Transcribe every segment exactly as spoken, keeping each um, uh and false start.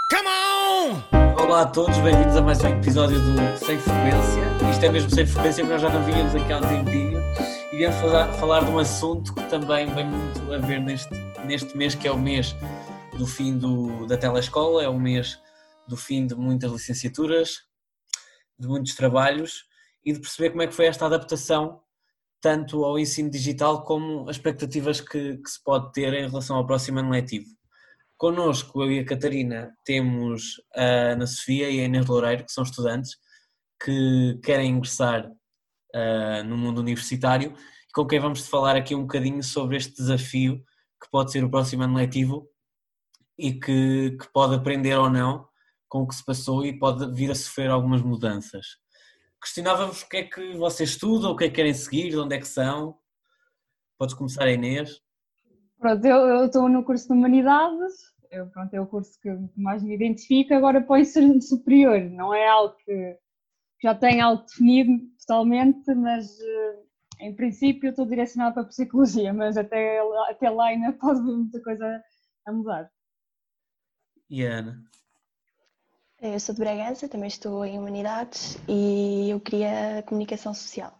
Come on! Olá a todos, bem-vindos a mais um episódio do Sem Frequência. Isto é mesmo Sem Frequência, porque nós já não vínhamos aqui há um tempinho e viemos falar, falar de um assunto que também vem muito a ver neste, neste mês, que é o mês do fim do, da telescola, é o mês do fim de muitas licenciaturas, de muitos trabalhos e de perceber como é que foi esta adaptação tanto ao ensino digital como as expectativas que, que se pode ter em relação ao próximo ano letivo. Connosco, eu e a Catarina, temos a Ana Sofia e a Inês Loureiro, que são estudantes que querem ingressar uh, no mundo universitário e com quem vamos falar aqui um bocadinho sobre este desafio que pode ser o próximo ano letivo e que, que pode aprender ou não com o que se passou e pode vir a sofrer algumas mudanças. Questionávamos o que é que vocês estudam, o que é que querem seguir, de onde é que são. Podes começar, Inês. Pronto, eu estou no curso de Humanidades, eu, pronto, é o curso que mais me identifica. Agora para o ensino superior, não é algo que já tem algo definido totalmente, mas em princípio eu estou direcionada para a Psicologia, mas até, até lá ainda pode haver muita coisa a mudar. E a Ana? Eu sou de Bragança, também estou em Humanidades e eu queria Comunicação Social.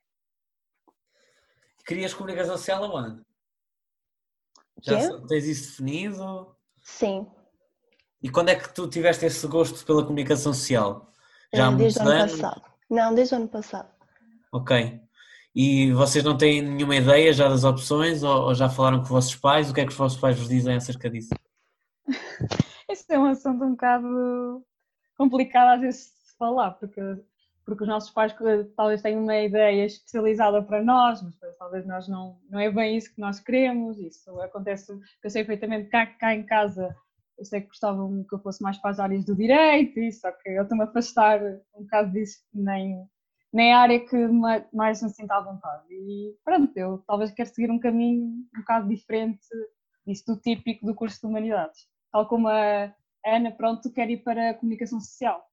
Querias Comunicação Social aonde? Já tens isso definido? Sim. E quando é que tu tiveste esse gosto pela comunicação social? Já há desde o ano anos? passado. Não, desde o ano passado. Ok. E vocês não têm nenhuma ideia já das opções ou, ou já falaram com os vossos pais? O que é que os vossos pais vos dizem acerca disso? Isso é um assunto um bocado complicado às vezes de se falar, porque, porque os nossos pais talvez tenham uma ideia especializada para nós, mas talvez nós não, não é bem isso que nós queremos. Isso acontece, eu sei perfeitamente cá, cá em casa, eu sei que gostavam que eu fosse mais para as áreas do direito, isso, só que eu estou-me a afastar um bocado disso, nem, nem a área que mais me sinto à vontade. E pronto, eu talvez quero seguir um caminho um bocado diferente disso do típico do curso de Humanidades. Tal como a Ana, pronto, quer ir para a Comunicação Social.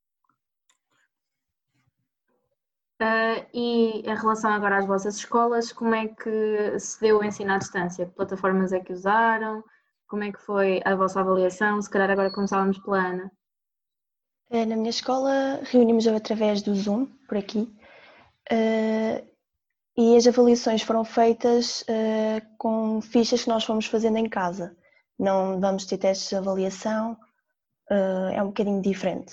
Uh, e em relação agora às vossas escolas, como é que se deu o ensino à distância? Que plataformas é que usaram? Como é que foi a vossa avaliação? Se calhar agora começávamos pela Ana. Na minha escola reunimos através do Zoom, por aqui, uh, e as avaliações foram feitas uh, com fichas que nós fomos fazendo em casa. Não vamos ter testes de avaliação, uh, é um bocadinho diferente.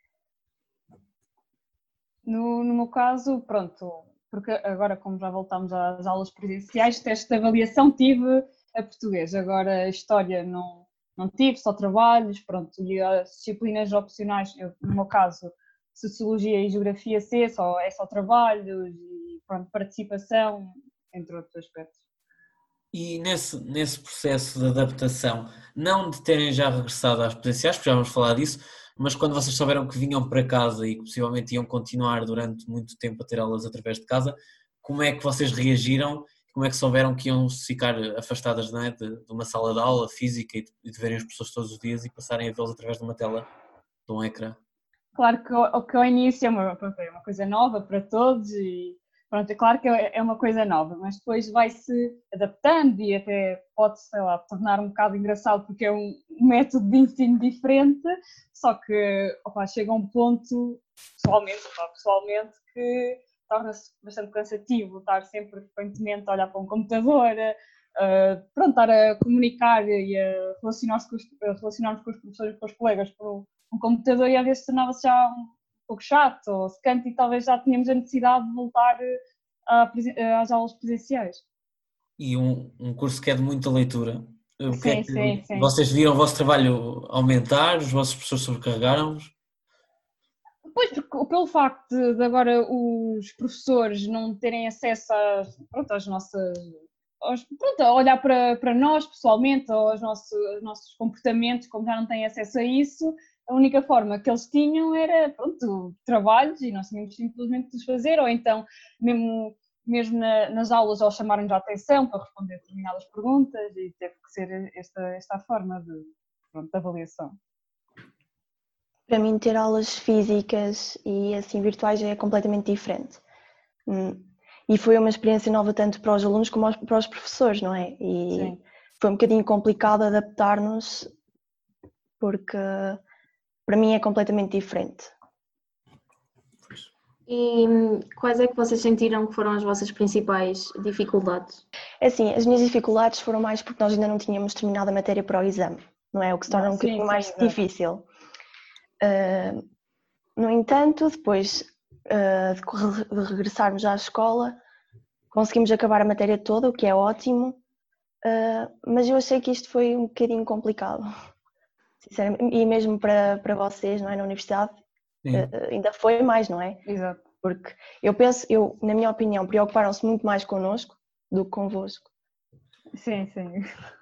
No, no meu caso, pronto, porque agora como já voltámos às aulas presenciais, teste de avaliação tive a português, agora a história não, não tive, só trabalhos, pronto, e as disciplinas opcionais, eu, no meu caso, Sociologia e Geografia C, só, é só trabalhos e pronto, participação, entre outros aspectos. E nesse, nesse processo de adaptação, não de terem já regressado às presenciais, porque já vamos falar disso, mas quando vocês souberam que vinham para casa e que possivelmente iam continuar durante muito tempo a ter aulas através de casa, como é que vocês reagiram? Como é que souberam que iam ficar afastadas, não é, de, de uma sala de aula física e de, de verem as pessoas todos os dias e passarem a vê-los através de uma tela, de um ecrã? Claro que ao, que ao início é uma, é uma coisa nova para todos e pronto, é claro que é uma coisa nova, mas depois vai-se adaptando e até pode, sei lá, tornar um bocado engraçado porque é um método de ensino diferente, só que opa, chega a um ponto, pessoalmente, opa, pessoalmente que torna-se bastante cansativo estar sempre frequentemente a olhar para um computador, uh, pronto, estar a comunicar e a relacionar-se com os, relacionar-nos com os professores e com os colegas por um computador e às vezes tornava-se já um pouco chato ou secante e talvez já tínhamos a necessidade de voltar a, às aulas presenciais. E um, um curso que é de muita leitura. O sim, que é que sim, sim. Vocês viram o vosso trabalho aumentar? Os vossos professores sobrecarregaram-vos? Pois, porque, pelo facto de, de agora os professores não terem acesso às, pronto, às nossas... Aos, pronto, a olhar para, para nós pessoalmente, aos nossos, aos nossos comportamentos, como já não têm acesso a isso, a única forma que eles tinham era, pronto, trabalhos e nós tínhamos simplesmente de os fazer, ou então mesmo, mesmo na, nas aulas eles chamaram-nos a atenção para responder determinadas perguntas e teve que ser esta, esta forma de, pronto, de avaliação. Para mim ter aulas físicas e assim virtuais é completamente diferente. E foi uma experiência nova tanto para os alunos como para os professores, não é? E Sim. Foi um bocadinho complicado adaptar-nos porque para mim é completamente diferente. E quais é que vocês sentiram que foram as vossas principais dificuldades? É assim, as minhas dificuldades foram mais porque nós ainda não tínhamos terminado a matéria para o exame, não é? O que se torna Ah, um sim, bocadinho sim, mais exato. difícil. Uh, no entanto, depois uh, de, de regressarmos à escola, conseguimos acabar a matéria toda, o que é ótimo, uh, mas eu achei que isto foi um bocadinho complicado, sinceramente, e mesmo para, para vocês, não é? Na universidade, uh, ainda foi mais, não é? Exato. Porque eu penso, eu, na minha opinião, preocuparam-se muito mais connosco do que convosco. Sim, sim.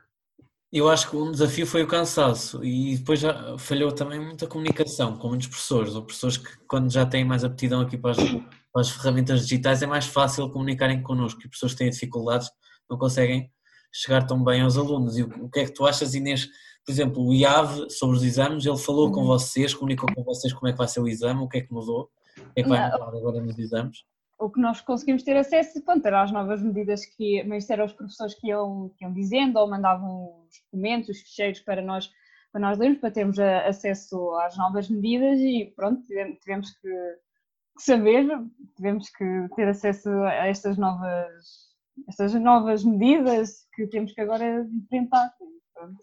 Eu acho que um desafio foi o cansaço e depois já falhou também muita comunicação com muitos professores, ou professores que quando já têm mais aptidão aqui para as, para as ferramentas digitais é mais fácil comunicarem connosco e professores que têm dificuldades não conseguem chegar tão bem aos alunos. E o, o que é que tu achas, Inês? Por exemplo, o I A V sobre os exames, ele falou com vocês, comunicou com vocês como é que vai ser o exame, o que é que mudou, o que é que vai mudar agora nos exames? O que nós conseguimos ter acesso, pronto, eram as novas medidas que, mas eram os professores que iam, que iam dizendo ou mandavam os documentos, os ficheiros para nós, para nós lermos, para termos acesso às novas medidas e pronto, tivemos que, que saber, tivemos que ter acesso a estas novas, estas novas medidas que temos que agora enfrentar. Pronto.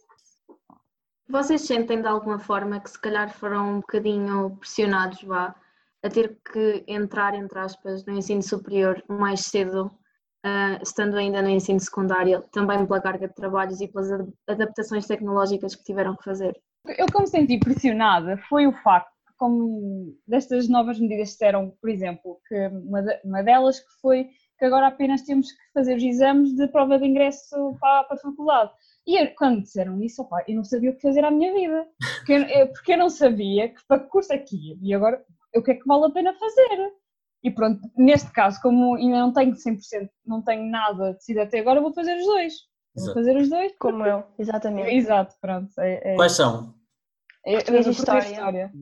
Vocês sentem de alguma forma que se calhar foram um bocadinho pressionados, vá, a ter que entrar, entre aspas, no ensino superior mais cedo, uh, estando ainda no ensino secundário, também pela carga de trabalhos e pelas adaptações tecnológicas que tiveram que fazer? Eu como senti pressionada foi o facto, como destas novas medidas disseram, por exemplo, que uma, de, uma delas que foi que agora apenas temos que fazer os exames de prova de ingresso para, para a faculdade. E eu, quando disseram isso, opa, eu não sabia o que fazer à minha vida, porque eu, porque eu não sabia que para que curso é que ia, e agora o que é que vale a pena fazer? E pronto, neste caso, como ainda não tenho cem por cento, não tenho nada decidido até agora, vou fazer os dois. Exato. Vou fazer os dois. Como porque... eu, exatamente. Exato, pronto. É, é... Quais são? É, Português é, e história. história.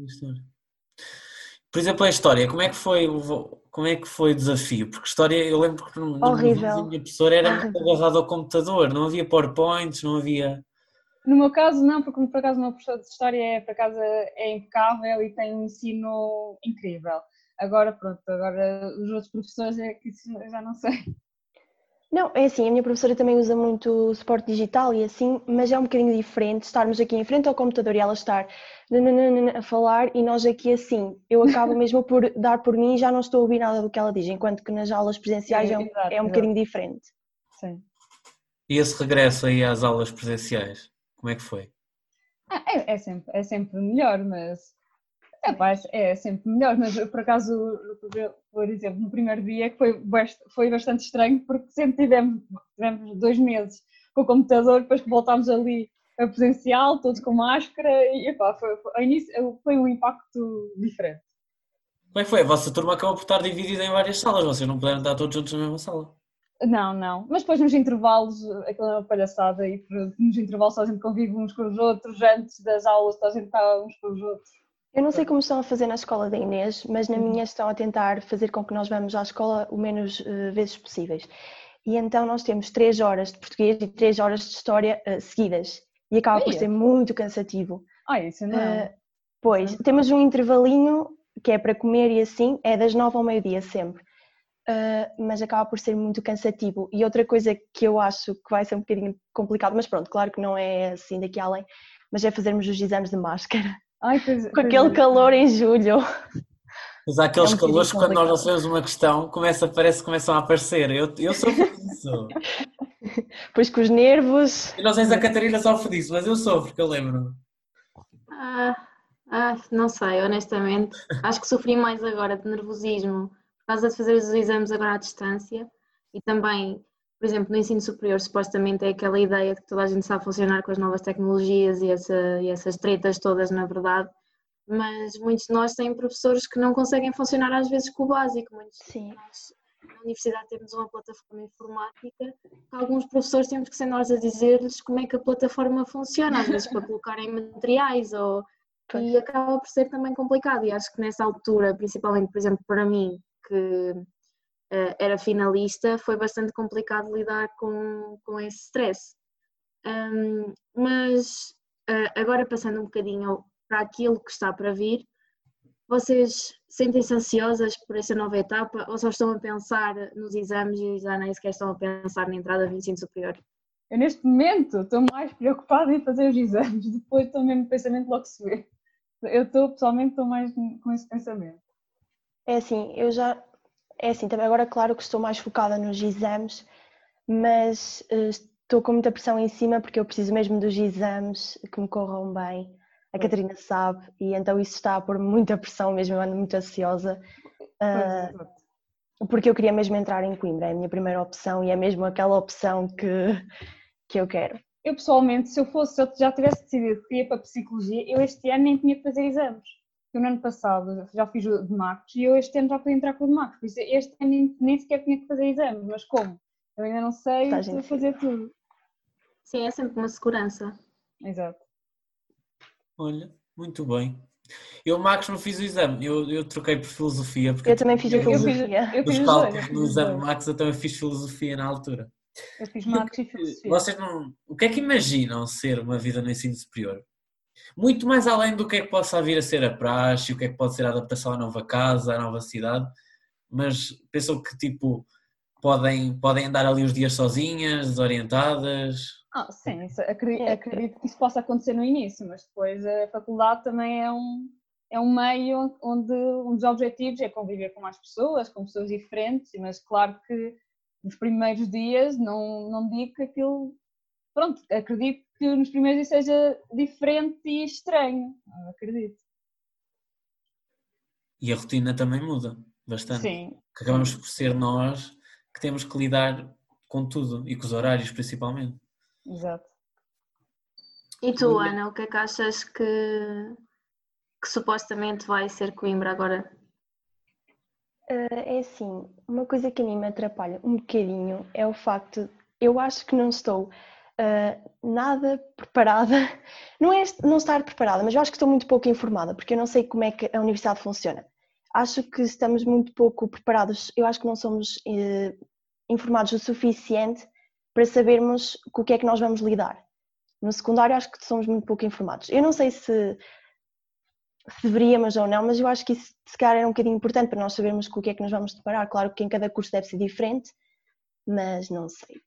Por exemplo, a história, como é que foi o, como é que foi o desafio? Porque história, eu lembro que no, no meu caso, a minha professora era Horrível. muito agarrada ao computador, não havia PowerPoints, não havia... No meu caso não, porque por acaso o meu professor de história é, por acaso, é impecável e tem um ensino incrível. Agora pronto, agora os outros professores é que eu já não sei. Não, é assim, a minha professora também usa muito suporte digital e assim, mas é um bocadinho diferente estarmos aqui em frente ao computador e ela estar a falar e nós aqui assim, eu acabo mesmo por dar por mim e já não estou a ouvir nada do que ela diz, enquanto que nas aulas presenciais é, é um, exato, é um bocadinho diferente. Sim. E esse regresso aí às aulas presenciais, como é que foi? Ah, é, é, sempre, é sempre melhor, mas... É, pá, é sempre melhor, mas por acaso, por exemplo, no primeiro dia que foi, foi bastante estranho porque sempre tivemos, tivemos dois meses com o computador, depois que voltámos ali a presencial, todos com máscara e epá, foi, foi, ao início foi um impacto diferente. Como é que foi? A vossa turma acabou por estar dividida em várias salas, vocês não puderam estar todos juntos na mesma sala? Não, não, mas depois nos intervalos, aquela é uma palhaçada e nos intervalos só a gente convive uns com os outros, antes das aulas só a gente está uns com os outros. Eu não sei como estão a fazer na escola da Inês, mas na minha estão a tentar fazer com que nós vamos à escola o menos uh, vezes possíveis. E então nós temos três horas de português e três horas de história uh, seguidas. E acaba por ser muito cansativo. Ah, isso não é? Uh, pois, não. Temos um intervalinho que é para comer e assim, é das nove ao meio-dia sempre. Uh, mas acaba por ser muito cansativo. E outra coisa que eu acho que vai ser um bocadinho complicado, mas pronto, claro que não é assim daqui além, mas é fazermos os exames de máscara. Ai, pois, com aquele pois calor em julho. Mas há aqueles é um calores que quando nós não sabemos uma questão, começa, parece que começam a aparecer. Eu, eu sofro disso. Pois com os nervos. Eu não sei se a Catarina sofre disso, mas eu sofro, que eu lembro. Ah, ah, não sei, honestamente. Acho que sofri mais agora de nervosismo por causa de fazer os exames agora à distância e também, por exemplo, no ensino superior, supostamente é aquela ideia de que toda a gente sabe funcionar com as novas tecnologias e, essa, e essas tretas todas, na verdade, mas muitos de nós têm professores que não conseguem funcionar às vezes com o básico. Muitos Sim. de nós na universidade temos uma plataforma informática que alguns professores temos que ser nós a dizer-lhes como é que a plataforma funciona, às vezes para colocarem materiais ou... e acaba por ser também complicado e acho que nessa altura, principalmente, por exemplo, para mim, que Uh, era finalista, foi bastante complicado lidar com, com esse stress. Um, mas agora passando um bocadinho para aquilo que está para vir, vocês sentem-se ansiosas por essa nova etapa ou só estão a pensar nos exames e já nem sequer estão a pensar na entrada do ensino superior? Eu neste momento estou mais preocupada em fazer os exames, depois estou mesmo no pensamento logo se vê. Eu estou, pessoalmente, estou mais com esse pensamento. É assim, eu já... É assim, também agora claro que estou mais focada nos exames, mas uh, estou com muita pressão em cima porque eu preciso mesmo dos exames que me corram bem. A é. Catarina sabe, e então isso está a pôr muita pressão mesmo, eu ando muito ansiosa. Uh, porque eu queria mesmo entrar em Coimbra, é a minha primeira opção e é mesmo aquela opção que, que eu quero. Eu pessoalmente, se eu fosse, se eu já tivesse decidido que ia para a Psicologia, eu este ano nem tinha que fazer exames. Eu no ano passado já fiz o de Macos e eu este ano já podia entrar com o de Macos, por isso este ano nem, nem sequer tinha que fazer exames, mas como? Eu ainda não sei se fazer tudo. Sim, é sempre uma segurança. Exato. Olha, muito bem. Eu, Macos, não fiz o exame, eu, eu troquei por Filosofia. Porque eu também fiz a Filosofia. Eu fiz, eu fiz cálculos no exame Macos, eu também fiz Filosofia na altura. Eu fiz Macos e, e Filosofia. Vocês não... O que é que imaginam ser uma vida no ensino superior? Muito mais além do que é que possa vir a ser a praxe, o que é que pode ser a adaptação à nova casa, à nova cidade, mas pensam que tipo podem, podem andar ali os dias sozinhas, desorientadas? Ah, sim, isso, acredito, acredito que isso possa acontecer no início, mas depois a faculdade também é um, é um meio onde um dos objetivos é conviver com mais pessoas, com pessoas diferentes, mas claro que nos primeiros dias não, não digo que aquilo... Pronto, acredito que nos primeiros dias seja diferente e estranho, acredito. E a rotina também muda bastante. Sim. Que acabamos por ser nós que temos que lidar com tudo e com os horários principalmente. Exato. E tu, Ana, o que é que achas que, que supostamente vai ser Coimbra agora? É assim, uma coisa que a mim me atrapalha um bocadinho é o facto, eu acho que não estou uh, nada preparada, não é não estar preparada, mas eu acho que estou muito pouco informada, porque eu não sei como é que a universidade funciona. Acho que estamos muito pouco preparados, eu acho que não somos uh, informados o suficiente para sabermos com o que é que nós vamos lidar. No secundário acho que somos muito pouco informados. Eu não sei se, se deveríamos ou não, mas eu acho que isso se calhar era um bocadinho importante para nós sabermos com o que é que nos vamos deparar. Claro que em cada curso deve ser diferente, mas não sei.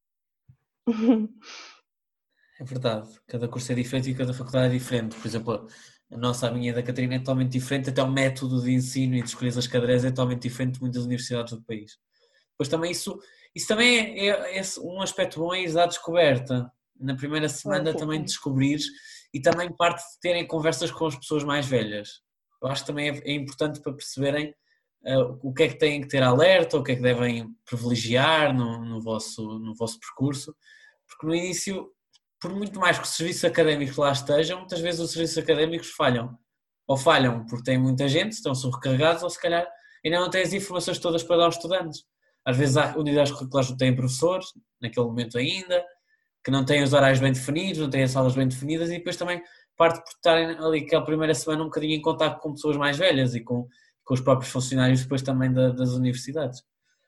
É verdade, cada curso é diferente e cada faculdade é diferente. Por exemplo, a nossa, a minha e da Catarina é totalmente diferente, até o método de ensino e de escolher as cadeiras é totalmente diferente de muitas universidades do país. Pois também isso, isso também é, é, é um aspecto bom, é ir à descoberta. Na primeira semana sim, também sim. descobrires e também parte de terem conversas com as pessoas mais velhas. Eu acho que também é, é importante para perceberem uh, o que é que têm que ter alerta, o que é que devem privilegiar no, no, vosso, no vosso percurso, porque no início, por muito mais que os serviços académicos lá estejam, muitas vezes os serviços académicos falham. Ou falham porque têm muita gente, estão sobrecarregados, ou se calhar ainda não têm as informações todas para dar aos estudantes. Às vezes há unidades curriculares que não têm professores, naquele momento ainda, que não têm os horários bem definidos, não têm as salas bem definidas e depois também parte por estarem ali aquela primeira semana um bocadinho em contacto com pessoas mais velhas e com, com os próprios funcionários depois também da, das universidades.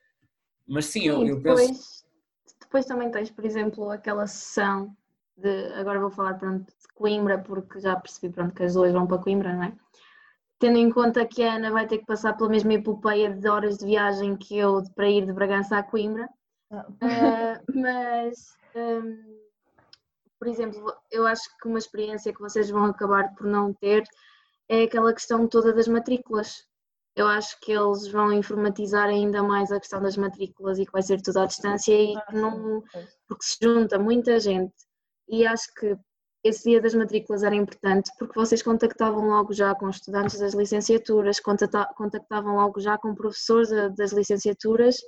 Mas sim, sim eu, eu depois, penso... Depois também tens, por exemplo, aquela sessão de... Agora vou falar pronto, de Coimbra, porque já percebi pronto, que as duas vão para Coimbra, não é? Tendo em conta que a Ana vai ter que passar pela mesma epopeia de horas de viagem que eu para ir de Bragança a Coimbra. Ah. Uh, mas... Um, por exemplo, eu acho que uma experiência que vocês vão acabar por não ter é aquela questão toda das matrículas. Eu acho que eles vão informatizar ainda mais a questão das matrículas e que vai ser tudo à distância e que não, porque se junta muita gente e acho que esse dia das matrículas era importante porque vocês contactavam logo já com estudantes das licenciaturas, contactavam logo já com professores das licenciaturas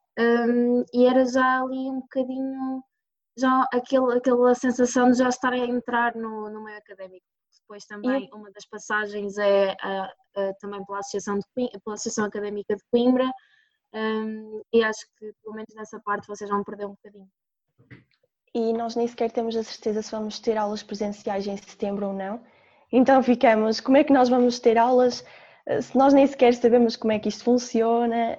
um, e era já ali um bocadinho já aquele, aquela sensação de já estar a entrar no, no meio académico. Depois também e... uma das passagens é a, a, também pela Associação, de Coimbra, pela Associação Académica de Coimbra um, e acho que pelo menos nessa parte vocês vão perder um bocadinho. E nós nem sequer temos a certeza se vamos ter aulas presenciais em setembro ou não. Então ficamos, como é que nós vamos ter aulas se nós nem sequer sabemos como é que isto funciona?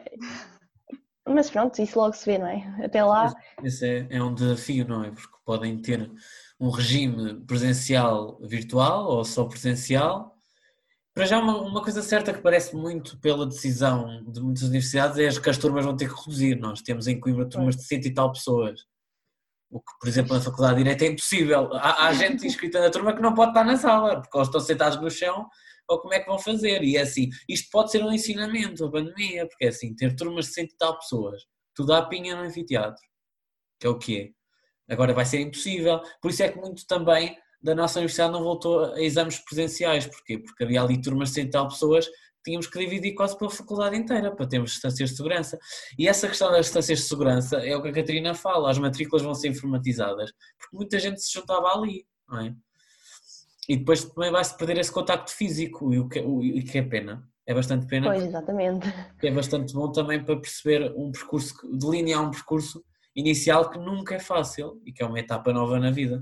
Mas pronto, isso logo se vê, não é? Até lá... Esse é, é um desafio, não é? Porque podem ter um regime presencial virtual ou só presencial. Para já uma, uma coisa certa que parece muito pela decisão de muitas universidades é que as turmas vão ter que reduzir. Nós temos em Coimbra turmas de cento e tal pessoas, o que, por exemplo, na Faculdade de Direito é impossível. Há, há gente inscrita na turma que não pode estar na sala, porque eles estão sentados no chão, ou como é que vão fazer? E é assim, isto pode ser um ensinamento, a pandemia, porque é assim, ter turmas de cento e tal pessoas, tudo à pinha no anfiteatro, que é o que é. Agora vai ser impossível, por isso é que muito também da nossa universidade não voltou a exames presenciais. Porquê? Porque havia ali turmas de cem e tal pessoas que tínhamos que dividir quase pela faculdade inteira para termos distâncias de segurança. E essa questão das distâncias de segurança é o que a Catarina fala, as matrículas vão ser informatizadas, porque muita gente se juntava ali, não é? E depois também vai-se perder esse contacto físico, e o que, o, e que é pena, é bastante pena. Pois, exatamente. É bastante bom também para perceber um percurso, delinear um percurso inicial que nunca é fácil e que é uma etapa nova na vida.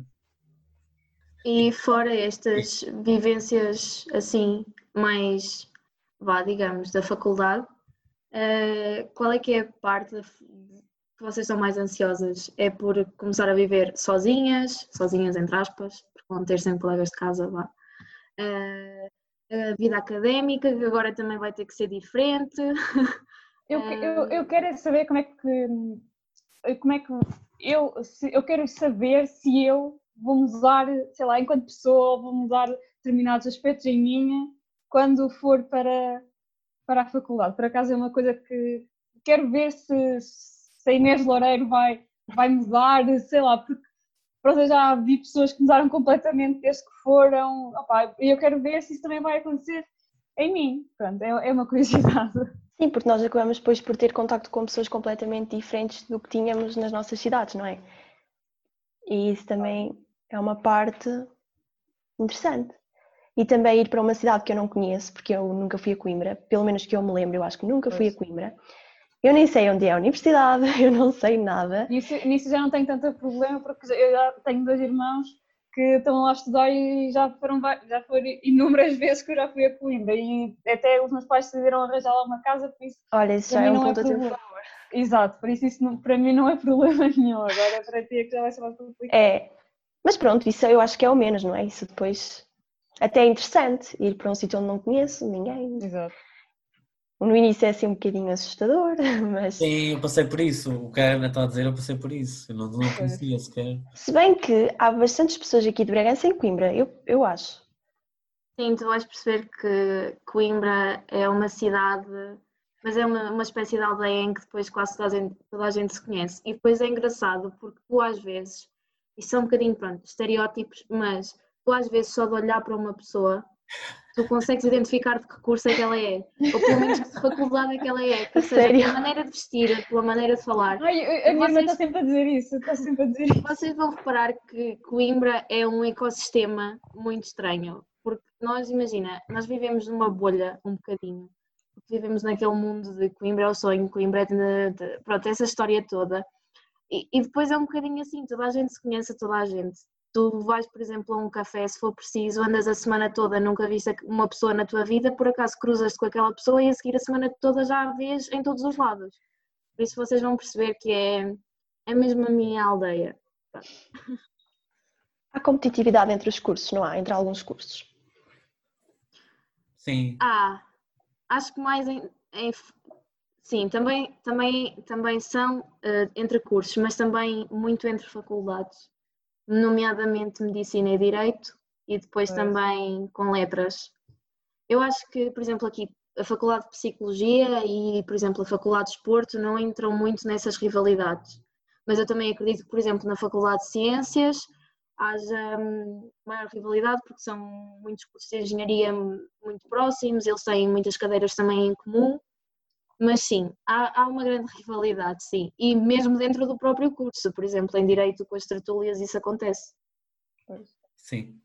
E fora estas vivências assim, mais, vá, digamos, da faculdade, uh, qual é que é a parte que vocês estão mais ansiosas? É por começar a viver sozinhas, sozinhas entre aspas, porque vão ter sempre colegas de casa, vá. Uh, a vida académica, que agora também vai ter que ser diferente. Eu, eu, eu quero é saber como é que, como é que eu, se, eu quero saber se eu vou mudar, sei lá, enquanto pessoa, vou mudar determinados aspectos em mim quando for para, para a faculdade. Por acaso é uma coisa que quero ver se, se a Inês Loureiro vai, vai mudar, sei lá, porque pronto, eu já vi pessoas que mudaram completamente desde que foram, e eu quero ver se isso também vai acontecer em mim. Pronto, é, é uma curiosidade. Sim, porque nós acabamos depois por ter contacto com pessoas completamente diferentes do que tínhamos nas nossas cidades, não é? E isso também é uma parte interessante. E também ir para uma cidade que eu não conheço, porque eu nunca fui a Coimbra, pelo menos que eu me lembro, eu acho que nunca fui a Coimbra. Eu nem sei onde é a universidade, eu não sei nada. Nisso, nisso já não tenho tanto problema, porque eu já tenho dois irmãos que estão lá a estudar e já foram, já foram inúmeras vezes que eu já fui a Coimbra e até os meus pais decidiram arranjar lá uma casa, por isso... Olha, isso já é um ponto a teu favor. Exato, por isso isso não, para mim não é problema nenhum, agora para ti é que já vai ser mais complicado. É, mas pronto, isso eu acho que é o menos, não é? Isso depois até é interessante, ir para um sítio onde não conheço ninguém. Exato. No início é assim um bocadinho assustador, mas... Sim, eu passei por isso, o que a Ana está a dizer, eu passei por isso, eu não, não conhecia sequer. Se bem que há bastantes pessoas aqui de Bragança em Coimbra, eu, eu acho. Sim, tu vais perceber que Coimbra é uma cidade, mas é uma, uma espécie de aldeia em que depois quase toda a, gente, toda a gente se conhece. E depois é engraçado porque tu às vezes, isso é um bocadinho, pronto, estereótipos, mas tu às vezes só de olhar para uma pessoa, tu consegues identificar de que curso é que ela é, ou pelo menos que faculdade é que ela é, que seja pela maneira de vestir, pela maneira de falar. Ai, a minha irmã está sempre a dizer isso, está sempre a dizer isso. Vocês vão reparar que Coimbra é um ecossistema muito estranho, porque nós, imagina, nós vivemos numa bolha um bocadinho, porque vivemos naquele mundo de Coimbra é o sonho, Coimbra é de, de, pronto, essa história toda, e, e depois é um bocadinho assim, toda a gente se conhece a toda a gente. Tu vais, por exemplo, a um café, se for preciso, andas a semana toda, nunca viste uma pessoa na tua vida, por acaso cruzas-te com aquela pessoa e a seguir a semana toda já a vês em todos os lados. Por isso vocês vão perceber que é, é mesmo a minha aldeia. Há competitividade entre os cursos, não há? Entre alguns cursos? Sim. Ah, acho que mais em... em sim, também, também, também são uh, entre cursos, mas também muito entre faculdades. Nomeadamente Medicina e Direito e depois é. também com Letras. Eu acho que, por exemplo, aqui a Faculdade de Psicologia e, por exemplo, a Faculdade de Desporto não entram muito nessas rivalidades. Mas eu também acredito que, por exemplo, na Faculdade de Ciências haja hum, maior rivalidade porque são muitos cursos de engenharia muito próximos, eles têm muitas cadeiras também em comum. Mas sim, há, há uma grande rivalidade, sim. E mesmo dentro do próprio curso, por exemplo, em Direito com as tertúlias, isso acontece. Sim.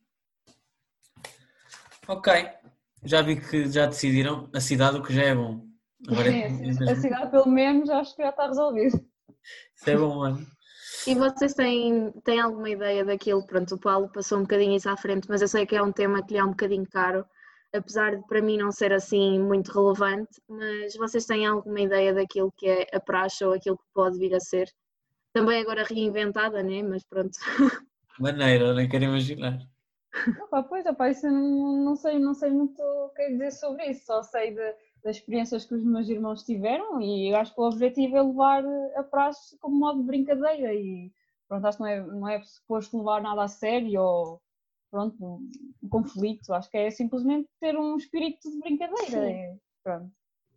Ok. Já vi que já decidiram a cidade, o que já é bom. Agora sim, é, a cidade pelo menos acho que já está resolvido. Isso é bom, mano. E vocês têm, têm alguma ideia daquilo? Pronto, o Paulo passou um bocadinho isso à frente, mas eu sei que é um tema que lhe é um bocadinho caro. Apesar de para mim não ser assim muito relevante, mas vocês têm alguma ideia daquilo que é a praxe ou aquilo que pode vir a ser? Também agora reinventada, né? Mas pronto. maneira, nem quero imaginar. Opa, pois, opa, isso eu não, não sei, não sei muito o que é dizer sobre isso, só sei de, das experiências que os meus irmãos tiveram e eu acho que o objetivo é levar a praxe como modo de brincadeira e pronto, acho que não é, não é suposto levar nada a sério ou pronto, um, um conflito, acho que é simplesmente ter um espírito de brincadeira e, pronto.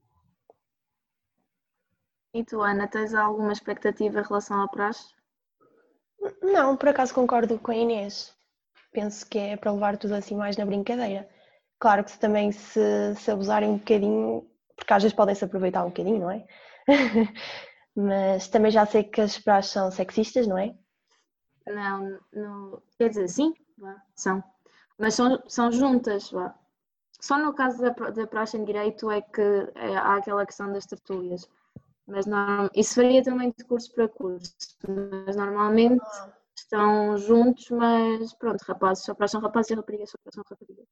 E tu, Ana, tens alguma expectativa em relação à praxe? Não, por acaso concordo com a Inês. Penso que é para levar tudo assim mais na brincadeira. Claro que se também se, se abusarem um bocadinho, porque às vezes podem se aproveitar um bocadinho, não é? Mas também já sei que as praxes são sexistas, não é? Não, não quer dizer, sim, vá, são. Mas são, são juntas, vá. Só no caso da, da praxe em direito é que é, há aquela questão das tertúlias. Mas não, isso varia também de curso para curso. Mas normalmente estão juntos, mas pronto, rapazes só praxe são rapazes e raparigas só praxe são raparigas.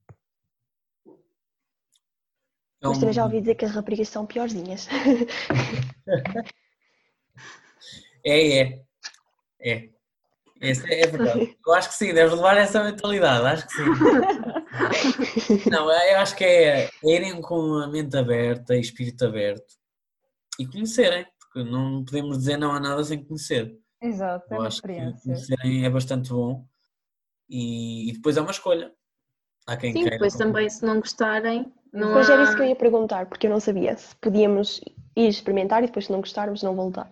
É um... Mas também já ouvi dizer que as raparigas são piorzinhas. É, é. É. Esse é verdade. Eu acho que sim, deves levar essa mentalidade, acho que sim. Não, eu acho que é, é irem com a mente aberta e espírito aberto e conhecerem, porque não podemos dizer não a nada sem conhecer. Exato, é Eu uma acho que experiência. conhecerem é bastante bom e, e depois é uma escolha. Há quem Sim, queira. depois também se não gostarem, não Pois há... era isso que eu ia perguntar, porque eu não sabia se podíamos ir experimentar e depois se não gostarmos não voltar.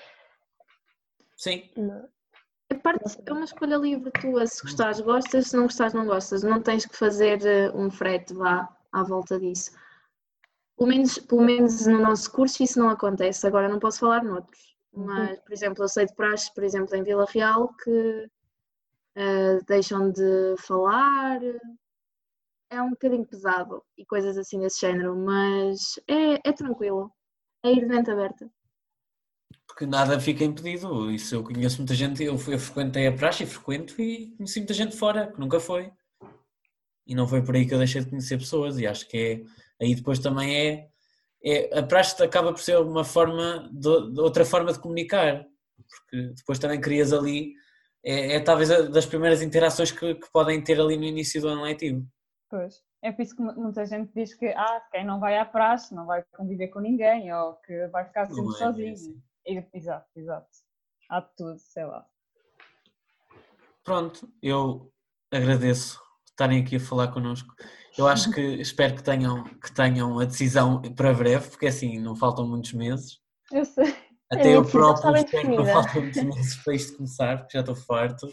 Sim. Não. É, parte, é uma escolha livre tua, se gostares gostas, se não gostares não gostas, não tens que fazer um frete vá à volta disso. Pelo menos, pelo menos no nosso curso isso não acontece, agora não posso falar noutros, mas por exemplo eu sei de praxes, por exemplo em Vila Real que uh, deixam de falar, é um bocadinho pesado e coisas assim desse género, mas é, é tranquilo, é ir de mente aberta. Porque nada fica impedido, isso eu conheço muita gente, eu, eu frequentei a praxe e frequento e conheci muita gente fora, que nunca foi. E não foi por aí que eu deixei de conhecer pessoas e acho que é, aí depois também é, é a praxe acaba por ser uma forma, de, de outra forma de comunicar, porque depois também crias ali, é, é talvez a, das primeiras interações que, que podem ter ali no início do ano letivo. Pois, é por isso que muita gente diz que ah, quem não vai à praxe não vai conviver com ninguém ou que vai ficar sempre Não é, sozinho. é assim. Exato, exato. Há de tudo, sei lá. Pronto, eu agradeço estarem aqui a falar connosco. Eu acho que, espero que tenham, que tenham a decisão para breve, porque assim, não faltam muitos meses. Eu sei. Até eu próprio bem espero que não definida. faltem muitos meses para isto começar, porque já estou farto.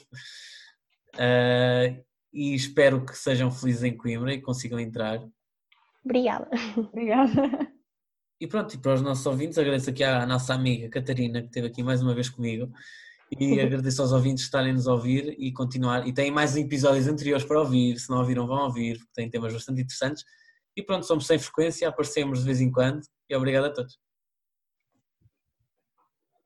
Uh, e espero que sejam felizes em Coimbra e consigam entrar. Obrigada. Obrigada. E pronto, e para os nossos ouvintes, agradeço aqui à nossa amiga Catarina, que esteve aqui mais uma vez comigo, e agradeço aos ouvintes estarem nos a ouvir e continuar. E têm mais episódios anteriores para ouvir, se não ouviram vão ouvir, porque têm temas bastante interessantes. E pronto, somos sem frequência, aparecemos de vez em quando, e obrigado a todos.